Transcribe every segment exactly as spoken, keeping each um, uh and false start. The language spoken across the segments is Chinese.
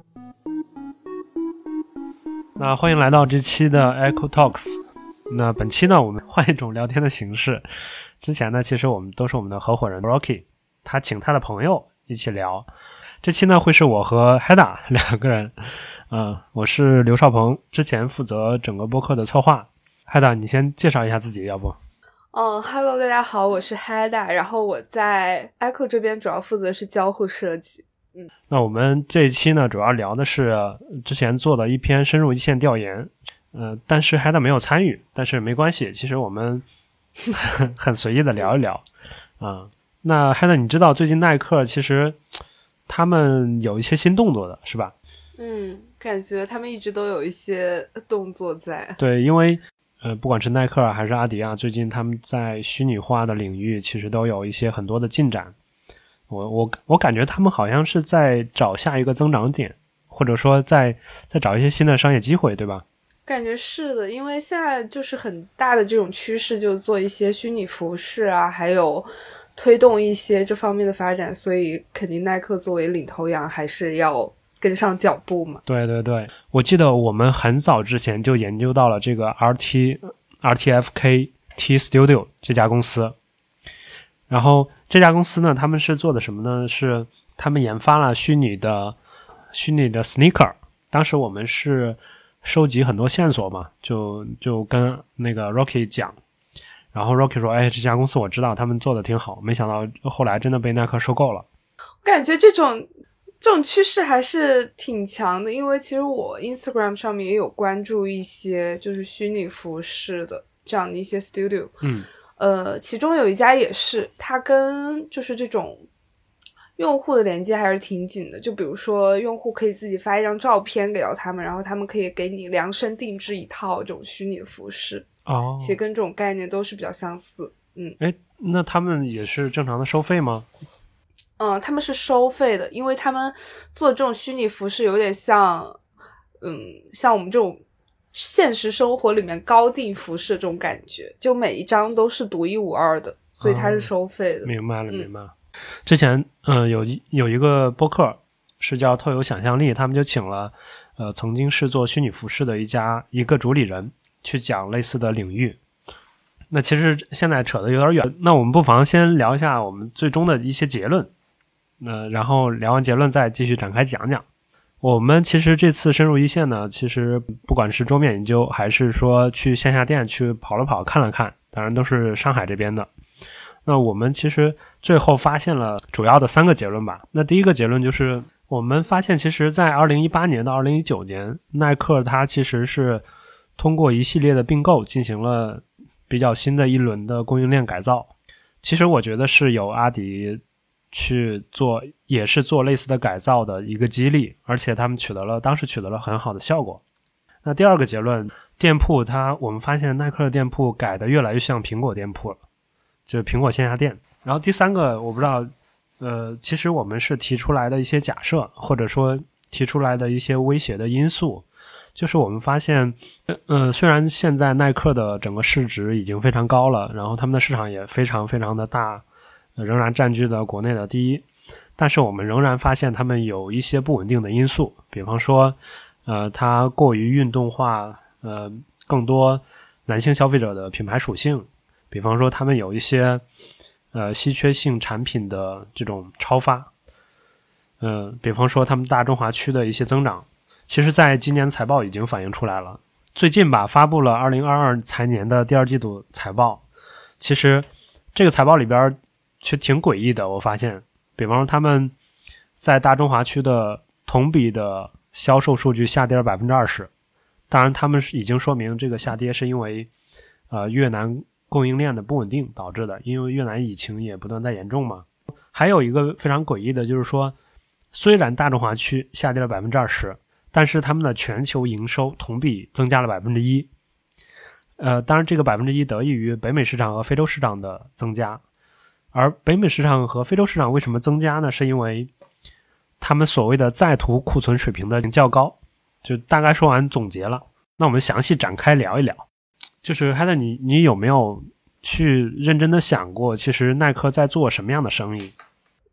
那欢迎来到这期的 Echo Talks。那本期呢，我们换一种聊天的形式。之前呢，其实我们都是我们的合伙人 Rocky， 他请他的朋友一起聊。这期呢，会是我和 Heda 两个人。呃，我是刘少鹏，之前负责整个播客的策划。Heda， 你先介绍一下自己，要不？ 嗯 ，Hello， 大家好，我是 Heda， 然后我在 Echo 这边主要负责是交互设计。嗯， 那我们这一期呢，主要聊的是之前做的一篇深入一线调研，呃，但是 Heda 没有参与，但是没关系，其实我们很随意的聊一聊啊、呃。那 Heda， 你知道最近耐克其实他们有一些新动作的是吧？ 嗯，感觉他们一直都有一些动作在。 对，因为呃，不管是耐克还是阿迪啊，最近他们在虚拟化的领域其实都有一些很多的进展。我我我感觉他们好像是在找下一个增长点，或者说在在找一些新的商业机会，对吧？ 感觉是的，因为现在就是很大的这种趋势，就是做一些虚拟服饰啊，还有推动一些这方面的发展，所以肯定耐克作为领头羊还是要跟上脚步嘛。 对对对，我记得我们很早之前就研究到了这个 R T R T F K T Studio 这家公司。然后这家公司呢，他们是做的什么呢？是他们研发了虚拟的虚拟的 sneaker。当时我们是收集很多线索嘛，就就跟那个 Rocky 讲，然后 Rocky 说：“哎，这家公司我知道，他们做的挺好。”没想到后来真的被耐克收购了。 感觉这种这种趋势还是挺强的，因为其实我 Instagram 上面也有关注一些就是虚拟服饰的这样的一些 studio。 嗯。 呃，其中有一家也是，它跟就是这种用户的连接还是挺紧的。就比如说，用户可以自己发一张照片给到他们，然后他们可以给你量身定制一套这种虚拟的服饰。 哦， 其实跟这种概念都是比较相似。嗯， 哎，那他们也是正常的收费吗？ 嗯，他们是收费的，因为他们做这种虚拟服饰有点像，嗯，像我们这种现实生活里面高定服饰这种感觉，就每一张都是独一无二的，所以它是收费的。 哦、明白了， 嗯、 明白了。之前，嗯、呃，有有一个播客是叫透有想象力，他们就请了，呃，曾经是做虚拟服饰的一家一个主理人去讲类似的领域。那其实现在扯得有点远，那我们不妨先聊一下我们最终的一些结论，呃，然后聊完结论再继续展开讲讲。我们其实这次深入一线呢，其实不管是桌面研究还是说去线下店去跑了跑看了看，当然都是上海这边的。那我们其实最后发现了主要的三个结论吧。那第一个结论就是我们发现其实在二零一八年到二零一九年，耐克它其实是通过一系列的并购进行了比较新的一轮的供应链改造。其实我觉得是有阿迪去做，也是做类似的改造的一个激励，而且他们取得了当时取得了很好的效果。那第二个结论，店铺它我们发现耐克的店铺改得越来越像苹果店铺了，就是苹果线下店。然后第三个我不知道，呃，其实我们是提出来的一些假设，或者说提出来的一些威胁的因素，就是我们发现，呃，虽然现在耐克的整个市值已经非常高了，然后他们的市场也非常非常的大。仍然占据了国内的第一，但是我们仍然发现他们有一些不稳定的因素，比方说，呃，它过于运动化，呃，更多男性消费者的品牌属性，比方说他们有一些呃稀缺性产品的这种超发，呃，比方说他们大中华区的一些增长，其实在今年财报已经反映出来了。最近吧，发布了二零二二财年的第二季度财报，其实这个财报里边却挺诡异的，我发现，比方说他们在大中华区的同比的销售数据下跌了 百分之二十， 当然他们已经说明这个下跌是因为呃越南供应链的不稳定导致的，因为越南疫情也不断在严重嘛。还有一个非常诡异的就是说，虽然大中华区下跌了 百分之二十， 但是他们的全球营收同比增加了 百分之一， 呃当然这个 百分之一 得益于北美市场和非洲市场的增加。而北美市场和非洲市场为什么增加呢？是因为他们所谓的在途库存水平的较高。就大概说完总结了，那我们详细展开聊一聊。就是Heda，你你有没有去认真的想过，其实耐克在做什么样的生意？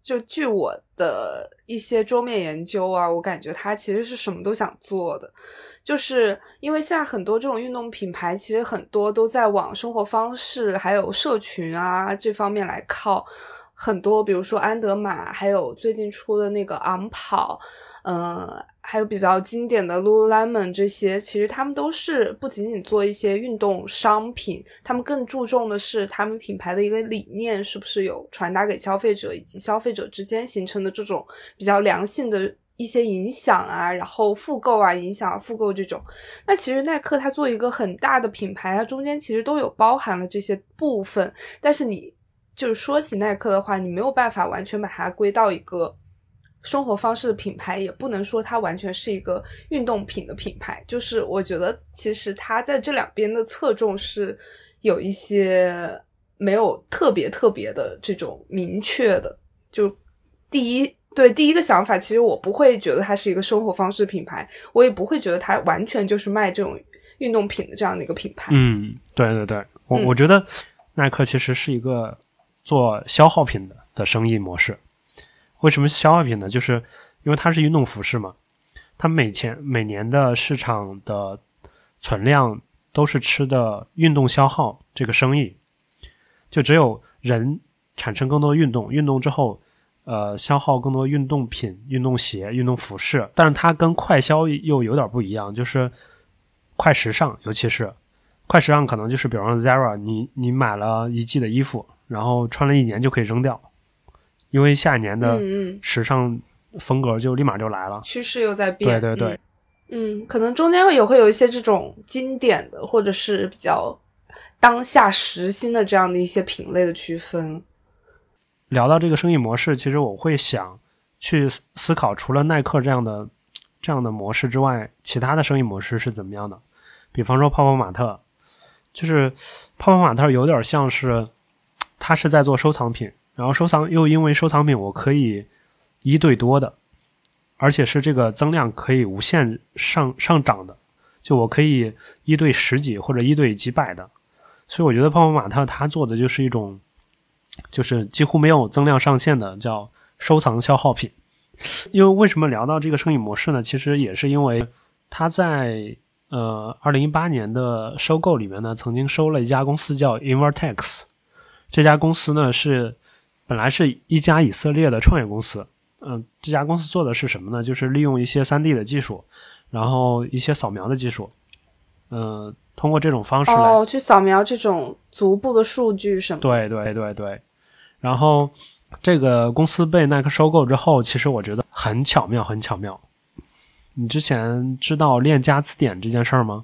就据我的一些桌面研究啊，我感觉它其实是什么都想做的，就是因为现在很多这种运动品牌，其实很多都在往生活方式还有社群啊这方面来靠。很多比如说安德玛，还有最近出的那个昂跑，呃，还有比较经典的 Lululemon 这些，其实他们都是不仅仅做一些运动商品，他们更注重的是他们品牌的一个理念是不是有传达给消费者，以及消费者之间形成的这种比较良性的一些影响啊，然后复购啊，影响复购这种。那其实耐克它做一个很大的品牌，它中间其实都有包含了这些部分，但是你就是说起耐克的话，你没有办法完全把它归到一个生活方式的品牌，也不能说它完全是一个运动品的品牌。就是我觉得其实它在这两边的侧重是有一些没有特别特别的这种明确的。就第一对第一个想法，其实我不会觉得它是一个生活方式品牌，我也不会觉得它完全就是卖这种运动品的这样的一个品牌。 嗯，对对对，我、嗯、我觉得耐克其实是一个做消耗品的的生意模式。为什么是消耗品呢？就是因为它是运动服饰嘛，它每前每年的市场的存量都是吃的运动消耗这个生意，就只有人产生更多运动，运动之后呃消耗更多运动品、运动鞋、运动服饰。但是它跟快消又有点不一样，就是快时尚，尤其是快时尚可能就是比方说 Zara， 你你买了一季的衣服，然后穿了一年就可以扔掉，因为下一年的时尚风格就立马就来了， 趋势又在变。 对对对， 嗯，嗯可能中间也会有一些这种经典的，或者是比较当下时兴的这样的一些品类的区分。 聊到这个生意模式，其实我会想去思考，除了耐克这样的这样的模式之外，其他的生意模式是怎么样的？比方说泡泡玛特，就是泡泡玛特有点像是它是在做收藏品，然后收藏又因为收藏品我可以一对多的，而且是这个增量可以无限上上涨的，就我可以一对十几或者一对几百的。所以我觉得泡泡玛特它做的就是一种就是几乎没有增量上限的叫收藏消耗品。因为为什么聊到这个生意模式呢？其实也是因为它在呃二零一八年的收购里面呢，曾经收了一家公司叫 Invertex。这家公司呢是本来是一家以色列的创业公司。嗯、呃，这家公司做的是什么呢？就是利用一些 三 D 的技术，然后一些扫描的技术，嗯、呃，通过这种方式来哦，去扫描这种足部的数据什么的。 对对对对。然后这个公司被耐克收购之后，其实我觉得很巧妙，很巧妙。你之前知道链家字典这件事儿吗？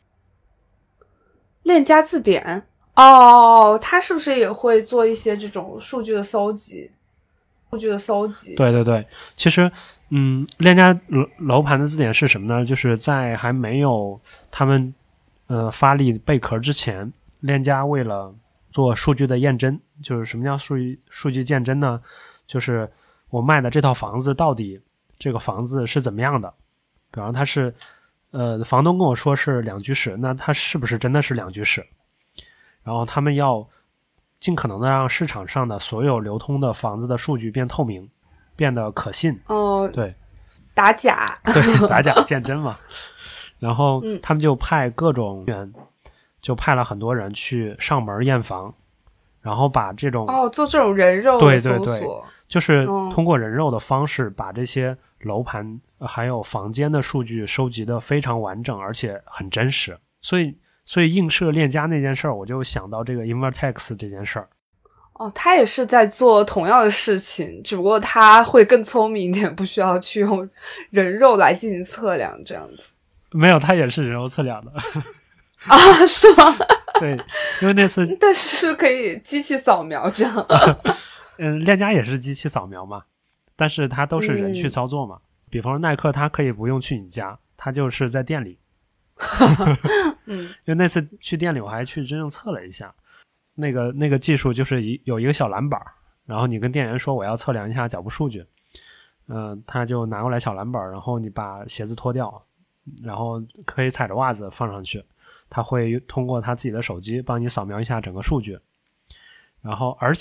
链家字典。哦，他是不是也会做一些这种数据的搜集？数据的搜集。 对对对，其实，嗯，链家楼楼盘的字典是什么呢？就是在还没有他们呃发力贝壳之前，链家为了做数据的验证，就是什么叫数据数据鉴真呢？就是我卖的这套房子到底这个房子是怎么样的？比方它是呃房东跟我说是两居室，那它是不是真的是两居室？然后他们要尽可能的让市场上的所有流通的房子的数据变透明，变得可信。 哦， 对， 打假， 对，打假见真嘛。然后他们就派各种人，就派了很多人去上门验房，然后把这种哦做这种人肉的搜索， 对对对，就是通过人肉的方式把这些楼盘还有房间的数据收集的非常完整，而且很真实。所以。所以映射链家那件事儿，我就想到这个 Invertex 这件事儿。 哦，他也是在做同样的事情，只不过他会更聪明一点，不需要去用人肉来进行测量这样子。 没有，他也是人肉测量的。 啊，是吗？ 对，因为那次但是可以机器扫描这样。 嗯，链家也是机器扫描嘛，但是它都是人去操作嘛。嗯、比方说耐克，它可以不用去你家，它就是在店里。 嗯， 因为那次去店里我还去真正测了一下，那个那个技术就是一有一个小篮板，然后你跟店员说我要测量一下脚步数据，嗯、呃，他就拿过来小篮板，然后你把鞋子脱掉，然后可以踩着袜子放上去，他会通过他自己的手机帮你扫描一下整个数据，然后而且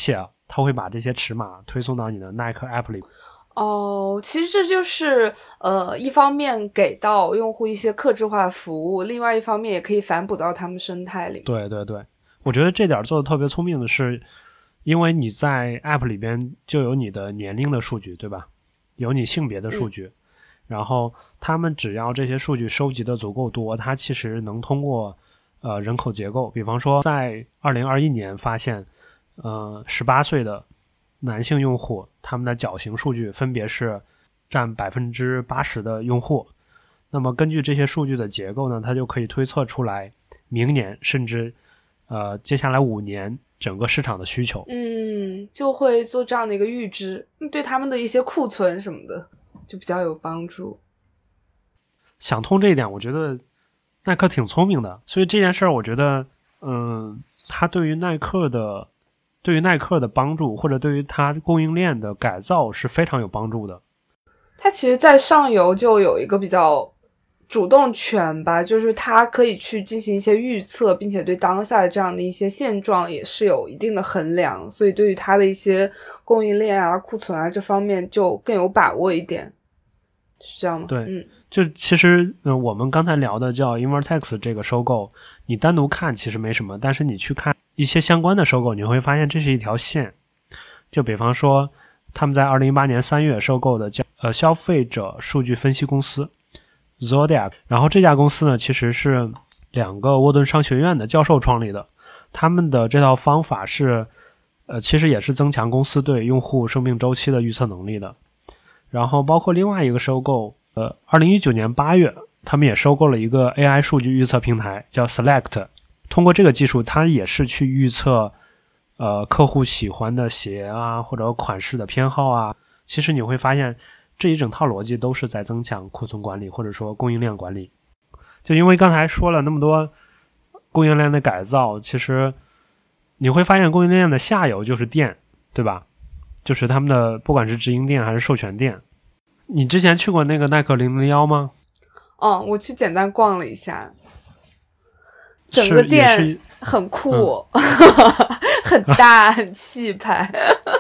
它会把这些尺码推送到你的耐克 App 里。 哦，其实这就是呃，一方面给到用户一些客制化服务，另外一方面也可以反哺到他们生态里面。 对对对，我觉得这点做的特别聪明的是，因为你在 App 里边就有你的年龄的数据，对吧？有你性别的数据，嗯、然后他们只要这些数据收集的足够多，它其实能通过呃人口结构，比方说在二零二一年发现，呃十八岁的男性用户，他们的脚型数据分别是占百分之八十的用户。那么根据这些数据的结构呢，它就可以推测出来明年甚至呃接下来五年整个市场的需求。 嗯，就会做这样的一个预知，对他们的一些库存什么的就比较有帮助。 想通这一点，我觉得耐克挺聪明的，所以这件事儿，我觉得，嗯，它对于耐克的。对于耐克的帮助，或者对于它供应链的改造是非常有帮助的。 它其实在上游就有一个比较主动权吧，就是它可以去进行一些预测，并且对当下的这样的一些现状也是有一定的衡量，所以对于它的一些供应链啊、库存啊这方面就更有把握一点，是这样吗？ 对， 嗯， 就其实、呃、我们刚才聊的叫 Invertex 这个收购，你单独看其实没什么，但是你去看一些相关的收购，你会发现这是一条线。就比方说他们在二零一八年三月收购的叫呃消费者数据分析公司 Zodiac， 然后这家公司呢其实是两个沃顿商学院的教授创立的，他们的这套方法是呃其实也是增强公司对用户生命周期的预测能力的。然后包括另外一个收购，呃二零一九年八月他们也收购了一个 A I 数据预测平台叫 Select，通过这个技术，它也是去预测，呃，客户喜欢的鞋啊，或者款式的偏好啊。其实你会发现，这一整套逻辑都是在增强库存管理，或者说供应链管理。就因为刚才说了那么多供应链的改造，其实你会发现供应链的下游就是店，对吧？就是他们的不管是直营店还是授权店。你之前去过那个耐克零零一吗？ 哦，我去简单逛了一下。整个店很酷、嗯、很大很气派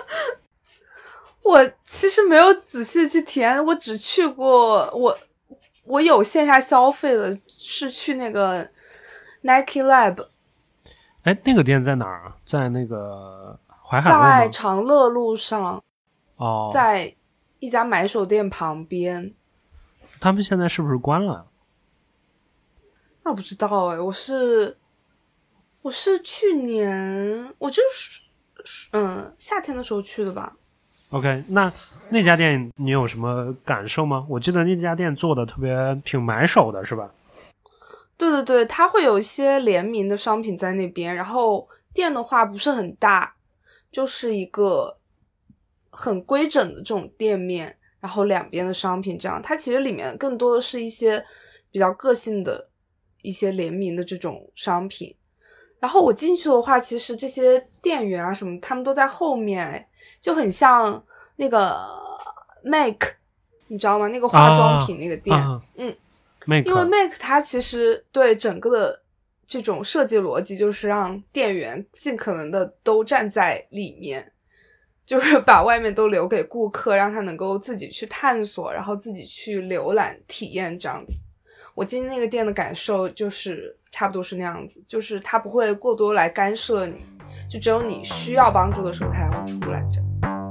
我其实没有仔细去体验，我只去过我我有线下消费的是去那个 Nike Lab。 哎，那个店在哪儿啊？在那个淮海路吗？ 在长乐路上。 哦， 在一家买手店旁边。 他们现在是不是关了？ 那我不知道哎，我是我是去年我就是嗯夏天的时候去的吧。 OK， 那那家店你有什么感受吗？我记得那家店做的特别挺买手的，是吧？ 对对对，它会有一些联名的商品在那边，然后店的话不是很大，就是一个很规整的这种店面，然后两边的商品这样。它其实里面更多的是一些比较个性的一些联名的这种商品。然后我进去的话，其实这些店员啊什么他们都在后面，就很像那个 Make， 你知道吗？那个化妆品那个店、啊啊、嗯 Make， 因为 Make 它其实对整个的这种设计逻辑就是让店员尽可能的都站在里面，就是把外面都留给顾客，让他能够自己去探索，然后自己去浏览体验这样子。我进那个店的感受就是差不多是那样子，就是他不会过多来干涉你，就只有你需要帮助的时候他才会出来这样。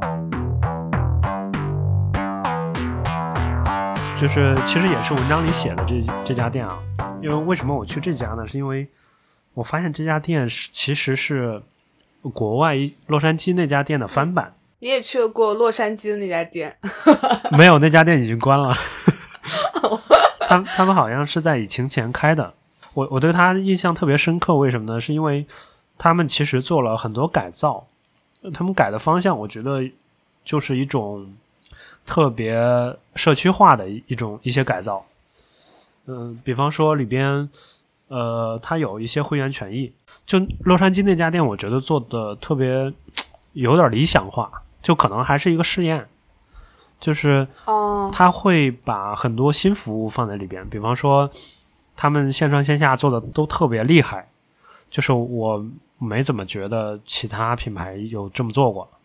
就是其实也是文章里写的这这家店啊，因为为什么我去这家呢？是因为我发现这家店是其实是国外洛杉矶那家店的翻版。 你也去过洛杉矶的那家店？ 没有，那家店已经关了。他他们好像是在疫情前开的。我我对他印象特别深刻，为什么呢？是因为他们其实做了很多改造，他们改的方向我觉得就是一种特别社区化的一种一些改造。嗯、呃，比方说里边呃它有一些会员权益，就洛杉矶那家店我觉得做的特别有点理想化，就可能还是一个试验。就是他会把很多新服务放在里边，比方说他们线上线下做的都特别厉害，就是我没怎么觉得其他品牌有这么做过。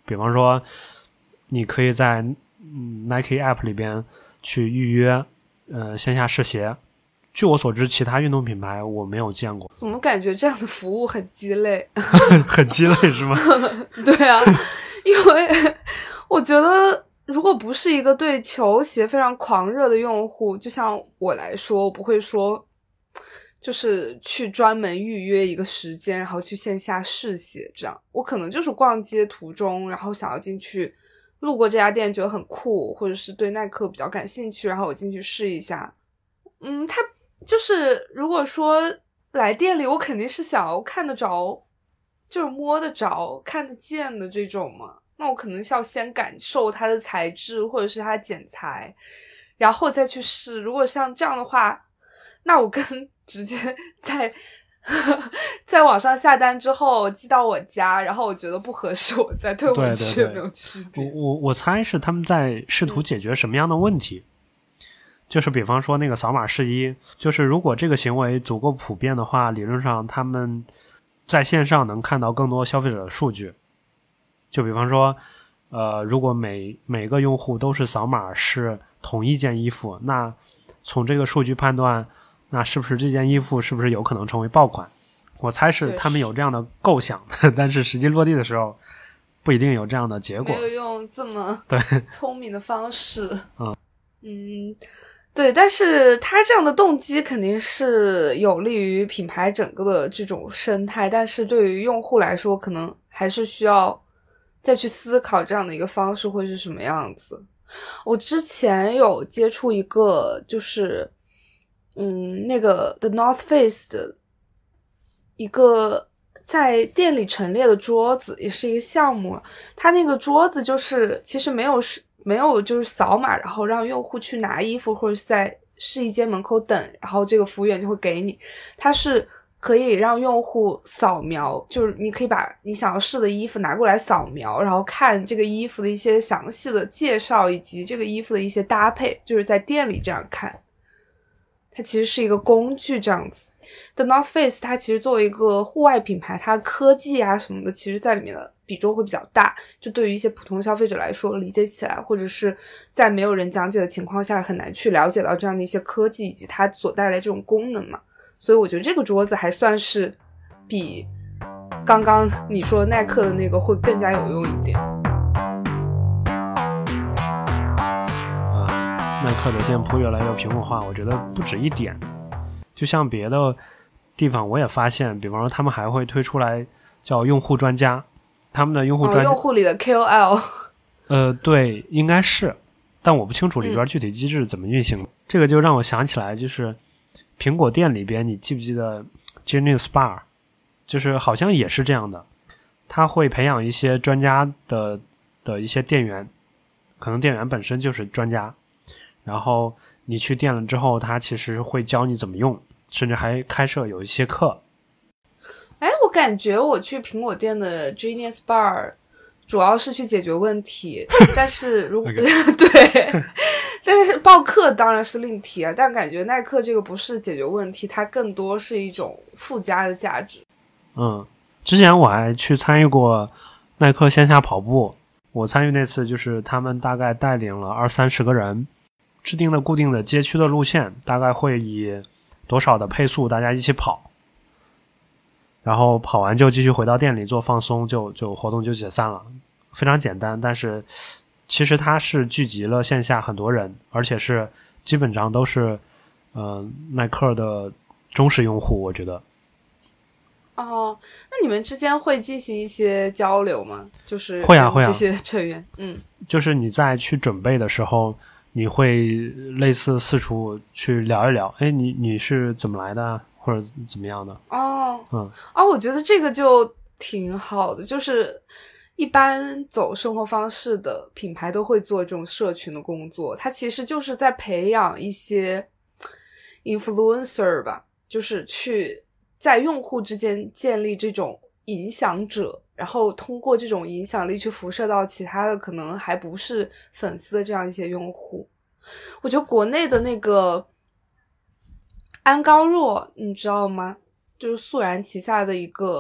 比方说你可以在、嗯、Nike App 里边去预约呃线下试鞋。据我所知，其他运动品牌我没有见过。 怎么感觉这样的服务很鸡肋？ 很鸡肋是吗？ 对啊，因为我觉得如果不是一个对球鞋非常狂热的用户，就像我来说，我不会说就是去专门预约一个时间，然后去线下试鞋这样。我可能就是逛街途中，然后想要进去路过这家店觉得很酷，或者是对耐克比较感兴趣，然后我进去试一下。嗯，它就是如果说来店里，我肯定是想要看得着，就是摸得着看得见的这种嘛，那我可能是要先感受它的材质或者是它的剪裁，然后再去试。如果像这样的话，那我跟直接在在网上下单之后寄到我家，然后我觉得不合适我再退回去， 对对对， 没有区别。 我我我猜是他们在试图解决什么样的问题、嗯、就是比方说那个扫码试衣，就是如果这个行为足够普遍的话，理论上他们在线上能看到更多消费者的数据。就比方说呃，如果每每个用户都是扫码试同一件衣服，那从这个数据判断，那是不是这件衣服是不是有可能成为爆款。我猜是他们有这样的构想，但是实际落地的时候不一定有这样的结果， 没有用这么对聪明的方式。 嗯嗯，对，但是他这样的动机肯定是有利于品牌整个的这种生态，但是对于用户来说，可能还是需要再去思考这样的一个方式会是什么样子。我之前有接触一个就是嗯，那个 The North Face 的一个在店里陈列的桌子，也是一个项目。它那个桌子就是其实没有是没有就是扫码，然后让用户去拿衣服或者是在试衣间门口等，然后这个服务员就会给你。它是可以让用户扫描，就是你可以把你想要试的衣服拿过来扫描，然后看这个衣服的一些详细的介绍以及这个衣服的一些搭配，就是在店里这样看。它其实是一个工具这样子。The North Face 它其实作为一个户外品牌，它科技啊什么的，其实在里面的比重会比较大，就对于一些普通消费者来说理解起来，或者是在没有人讲解的情况下很难去了解到这样的一些科技以及它所带来这种功能嘛。所以我觉得这个桌子还算是比刚刚你说耐克的那个会更加有用一点。 耐克的店铺越来越平民化，我觉得不止一点。就像别的地方我也发现，比方说他们还会推出来叫用户专家，他们的用户专家、哦、 用户里的 K O L 呃，对，应该是，但我不清楚里边具体机制怎么运行、嗯、这个就让我想起来，就是苹果店里边你记不记得 Genius Bar， 就是好像也是这样的，他会培养一些专家的的一些店员，可能店员本身就是专家，然后你去店了之后，他其实会教你怎么用，甚至还开设有一些课。 哎，我感觉我去苹果店的 Genius Bar 主要是去解决问题，但是如果对，但是报课当然是另提啊。但感觉耐克这个不是解决问题，它更多是一种附加的价值。 嗯，之前我还去参与过耐克线下跑步，我参与那次就是他们大概带领了二三十个人。制定的固定的街区的路线，大概会以多少的配速大家一起跑，然后跑完就继续回到店里做放松，就就活动就解散了，非常简单。但是其实它是聚集了线下很多人，而且是基本上都是呃耐克的忠实用户，我觉得。 哦，那你们之间会进行一些交流吗？就是会啊会啊， 这些成员，嗯， 就是你在去准备的时候。你会类似四处去聊一聊，哎，你你是怎么来的，或者怎么样的？ 哦， 嗯， 哦，我觉得这个就挺好的，就是一般走生活方式的品牌都会做这种社群的工作，它其实就是在培养一些 influencer 吧，就是去在用户之间建立这种影响者，然后通过这种影响力去辐射到其他的可能还不是粉丝的这样一些用户。我觉得国内的那个安高若你知道吗？就是素然旗下的一个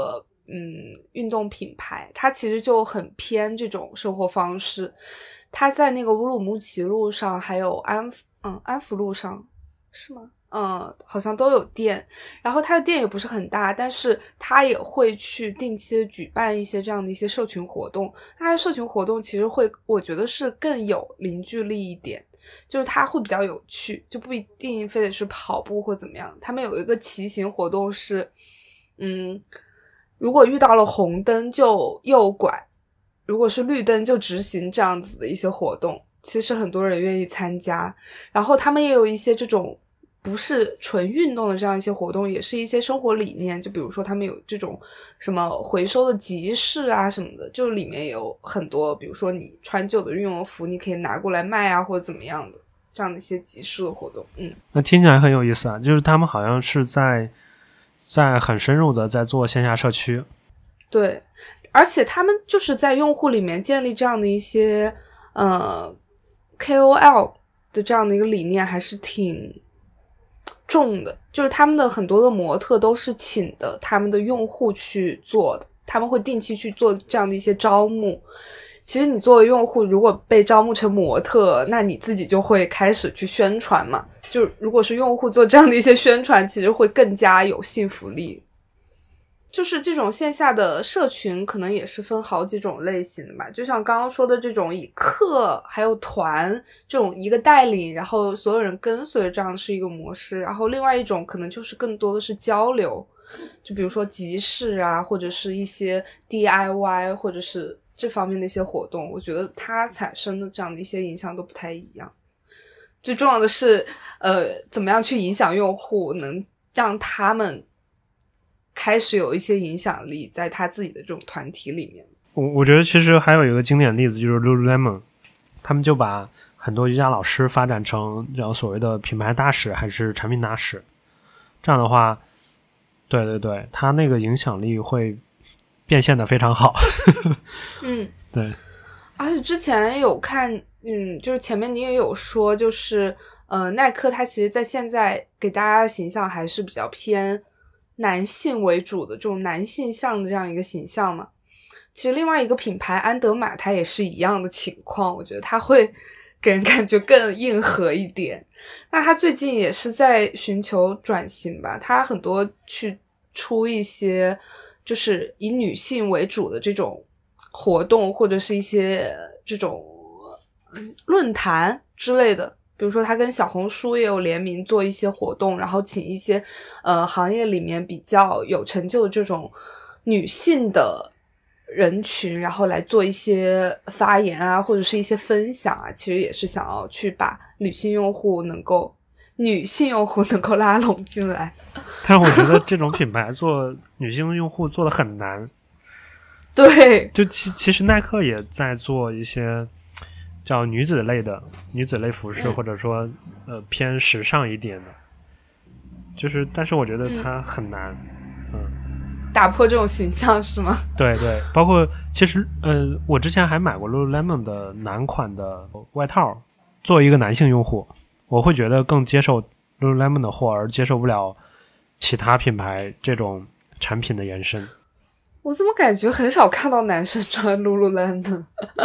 嗯运动品牌，它其实就很偏这种生活方式。它在那个乌鲁木齐路上还有安嗯安福路上是吗？嗯，好像都有店，然后它的店也不是很大，但是它也会去定期的举办一些这样的一些社群活动。它的社群活动其实会，我觉得是更有凝聚力一点，就是它会比较有趣，就不一定非得是跑步或怎么样。他们有一个骑行活动是，嗯，如果遇到了红灯就右拐，如果是绿灯就直行，这样子的一些活动，其实很多人愿意参加。然后他们也有一些这种不是纯运动的这样一些活动，也是一些生活理念，就比如说他们有这种什么回收的集市啊什么的，就里面有很多比如说你穿旧的运动服你可以拿过来卖啊或者怎么样的这样的一些集市的活动。嗯， 那听起来很有意思啊，就是他们好像是在在很深入的在做线下社区。 对，而且他们就是在用户里面建立这样的一些呃 K O L 的这样的一个理念还是挺重的，就是他们的很多的模特都是请的他们的用户去做的，他们会定期去做这样的一些招募。其实你作为用户如果被招募成模特，那你自己就会开始去宣传嘛，就如果是用户做这样的一些宣传，其实会更加有信服力。就是这种线下的社群可能也是分好几种类型的吧，就像刚刚说的这种以课还有团这种一个带领，然后所有人跟随这样是一个模式。然后另外一种可能就是更多的是交流，就比如说集市啊，或者是一些 D I Y 或者是这方面的一些活动，我觉得它产生的这样的一些影响都不太一样。最重要的是呃，怎么样去影响用户，能让他们开始有一些影响力在他自己的这种团体里面。 我我觉得其实还有一个经典例子就是 Lululemon， 他们就把很多瑜伽老师发展成叫所谓的品牌大使还是产品大使，这样的话对对对，他那个影响力会变现的非常好。 嗯， 对。 而且之前有看嗯，就是前面你也有说，就是呃，耐克它其实在现在给大家的形象还是比较偏男性为主的这种男性向的这样一个形象嘛。其实另外一个品牌安德玛它也是一样的情况，我觉得它会给人感觉更硬核一点。那它最近也是在寻求转型吧，它很多去出一些就是以女性为主的这种活动，或者是一些这种论坛之类的。比如说他跟小红书也有联名做一些活动，然后请一些呃行业里面比较有成就的这种女性的人群，然后来做一些发言啊，或者是一些分享啊，其实也是想要去把女性用户能够女性用户能够拉拢进来。 但是我觉得这种品牌做女性用户做得很难。 对， 就其其实耐克也在做一些叫女子类的女子类服饰， 嗯、 或者说呃偏时尚一点的，就是但是我觉得它很难。嗯， 嗯打破这种形象是吗？ 对对，包括其实呃我之前还买过 Lululemon 的男款的外套，作为一个男性用户我会觉得更接受 Lululemon 的货，而接受不了其他品牌这种产品的延伸。 我怎么感觉很少看到男生穿 Lululemon？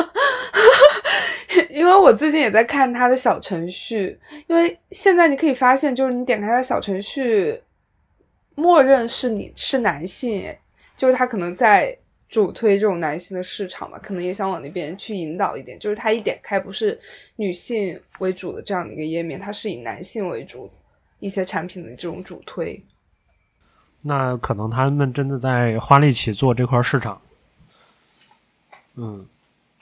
因为我最近也在看他的小程序，因为现在你可以发现，就是你点开他的小程序，默认是你是男性，就是他可能在主推这种男性的市场嘛，可能也想往那边去引导一点，就是他一点开不是女性为主的这样的一个页面，它是以男性为主一些产品的这种主推。 那可能他们真的在花力气做这块市场。嗯，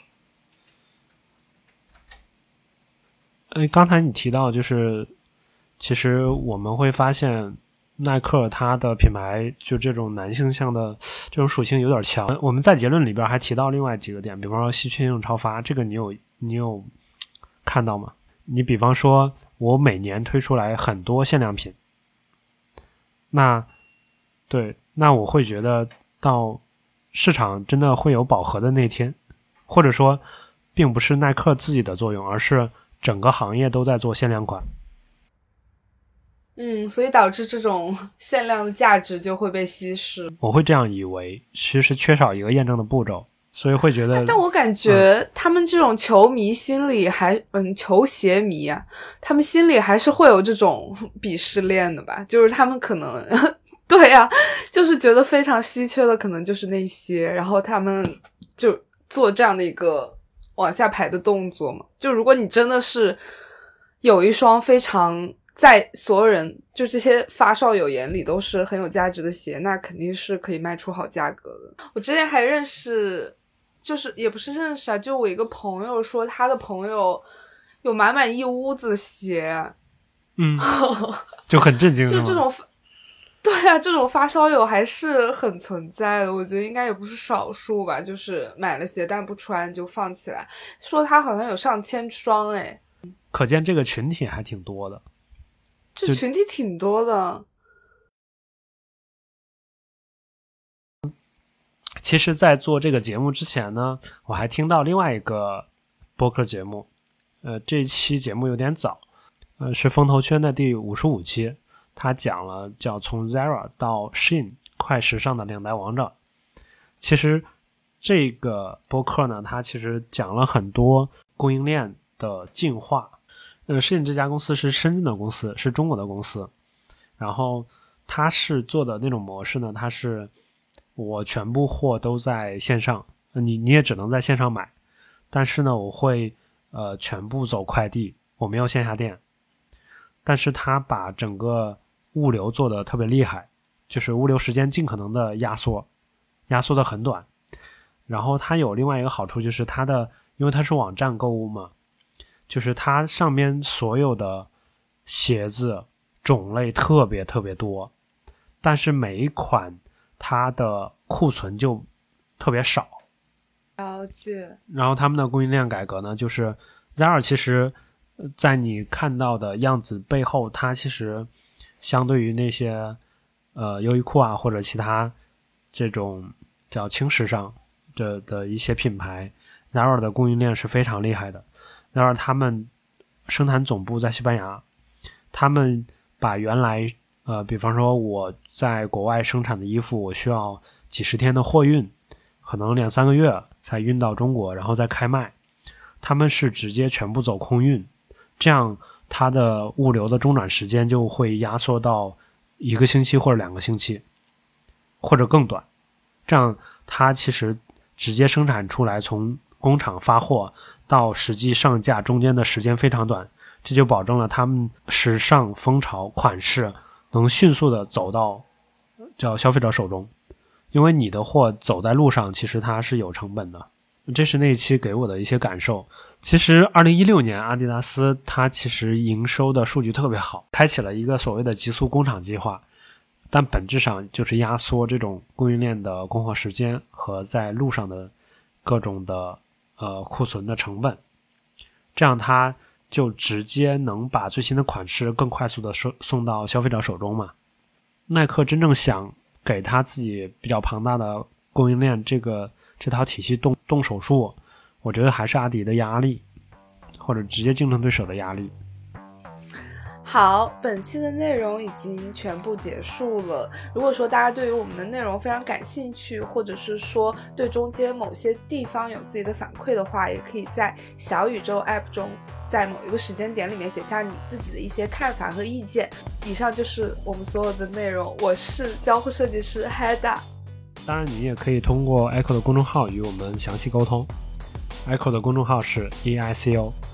哎，刚才你提到就是其实我们会发现耐克它的品牌就这种男性向的这种属性有点强。我们在结论里边还提到另外几个点，比方说稀缺性超发，这个你有你有看到吗？你比方说我每年推出来很多限量品，那对，那我会觉得到市场真的会有饱和的那天，或者说并不是耐克自己的作用，而是整个行业都在做限量款。 嗯，所以导致这种限量的价值就会被稀释。 我会这样以为，其实缺少一个验证的步骤，所以会觉得。 但我感觉他们这种球迷心里还，嗯，球鞋迷啊，他们心里还是会有这种鄙视链的吧？就是他们可能，对啊，就是觉得非常稀缺的，可能就是那些，然后他们就做这样的一个往下排的动作嘛。就如果你真的是有一双非常。在所有人就这些发烧友眼里都是很有价值的鞋，那肯定是可以卖出好价格的。我之前还认识，就是也不是认识啊，就我一个朋友说他的朋友有满满一屋子的鞋， 嗯，就很震惊。 就这种，对啊，这种发烧友还是很存在的，我觉得应该也不是少数吧。就是买了鞋但不穿就放起来，说他好像有上千双诶， 可见这个群体还挺多的。 这群体挺多的。 其实在做这个节目之前呢，我还听到另外一个播客节目，呃，这期节目有点早，呃，是风投圈的第五十五期，他讲了叫从 Zara 到 Shein 快时尚的两代王者。其实这个播客呢，它其实讲了很多供应链的进化。呃，Shein 这家公司是深圳的公司，是中国的公司。然后它是做的那种模式呢，它是我全部货都在线上，你你也只能在线上买，但是呢，我会呃全部走快递，我没有线下店。但是它把整个物流做得特别厉害，就是物流时间尽可能的压缩，压缩的很短。然后它有另外一个好处，就是它的，因为它是网站购物嘛。就是它上面所有的鞋子种类特别特别多，但是每一款它的库存就特别少。 了解。然后他们的供应链改革呢，就是 Zara 其实在你看到的样子背后，它其实相对于那些呃优衣库啊或者其他这种叫轻时尚的的一些品牌， Zara 的供应链是非常厉害的。然而他们生产总部在西班牙，他们把原来呃，比方说我在国外生产的衣服，我需要几十天的货运，可能两三个月才运到中国，然后再开卖。他们是直接全部走空运，这样它的物流的中转时间就会压缩到一个星期或者两个星期，或者更短。这样它其实直接生产出来，从工厂发货到实际上架中间的时间非常短，这就保证了他们时尚风潮款式能迅速的走到叫消费者手中。因为你的货走在路上，其实它是有成本的。这是那一期给我的一些感受。其实二零一六年阿迪达斯它其实营收的数据特别好，开启了一个所谓的极速工厂计划，但本质上就是压缩这种供应链的供货时间和在路上的各种的呃库存的成本，这样它就直接能把最新的款式更快速的送到消费者手中嘛。耐克真正想给他自己比较庞大的供应链这个这套体系动动手术，我觉得还是阿迪的压力，或者直接竞争对手的压力。 好，本期的内容已经全部结束了。如果说大家对于我们的内容非常感兴趣，或者是说对中间某些地方有自己的反馈的话，也可以在小宇宙 App 中在某一个时间点里面写下你自己的一些看法和意见。以上就是我们所有的内容，我是交互设计师 Heda。 当然你也可以通过 Echo 的公众号与我们详细沟通。Echo 的公众号是 E I C O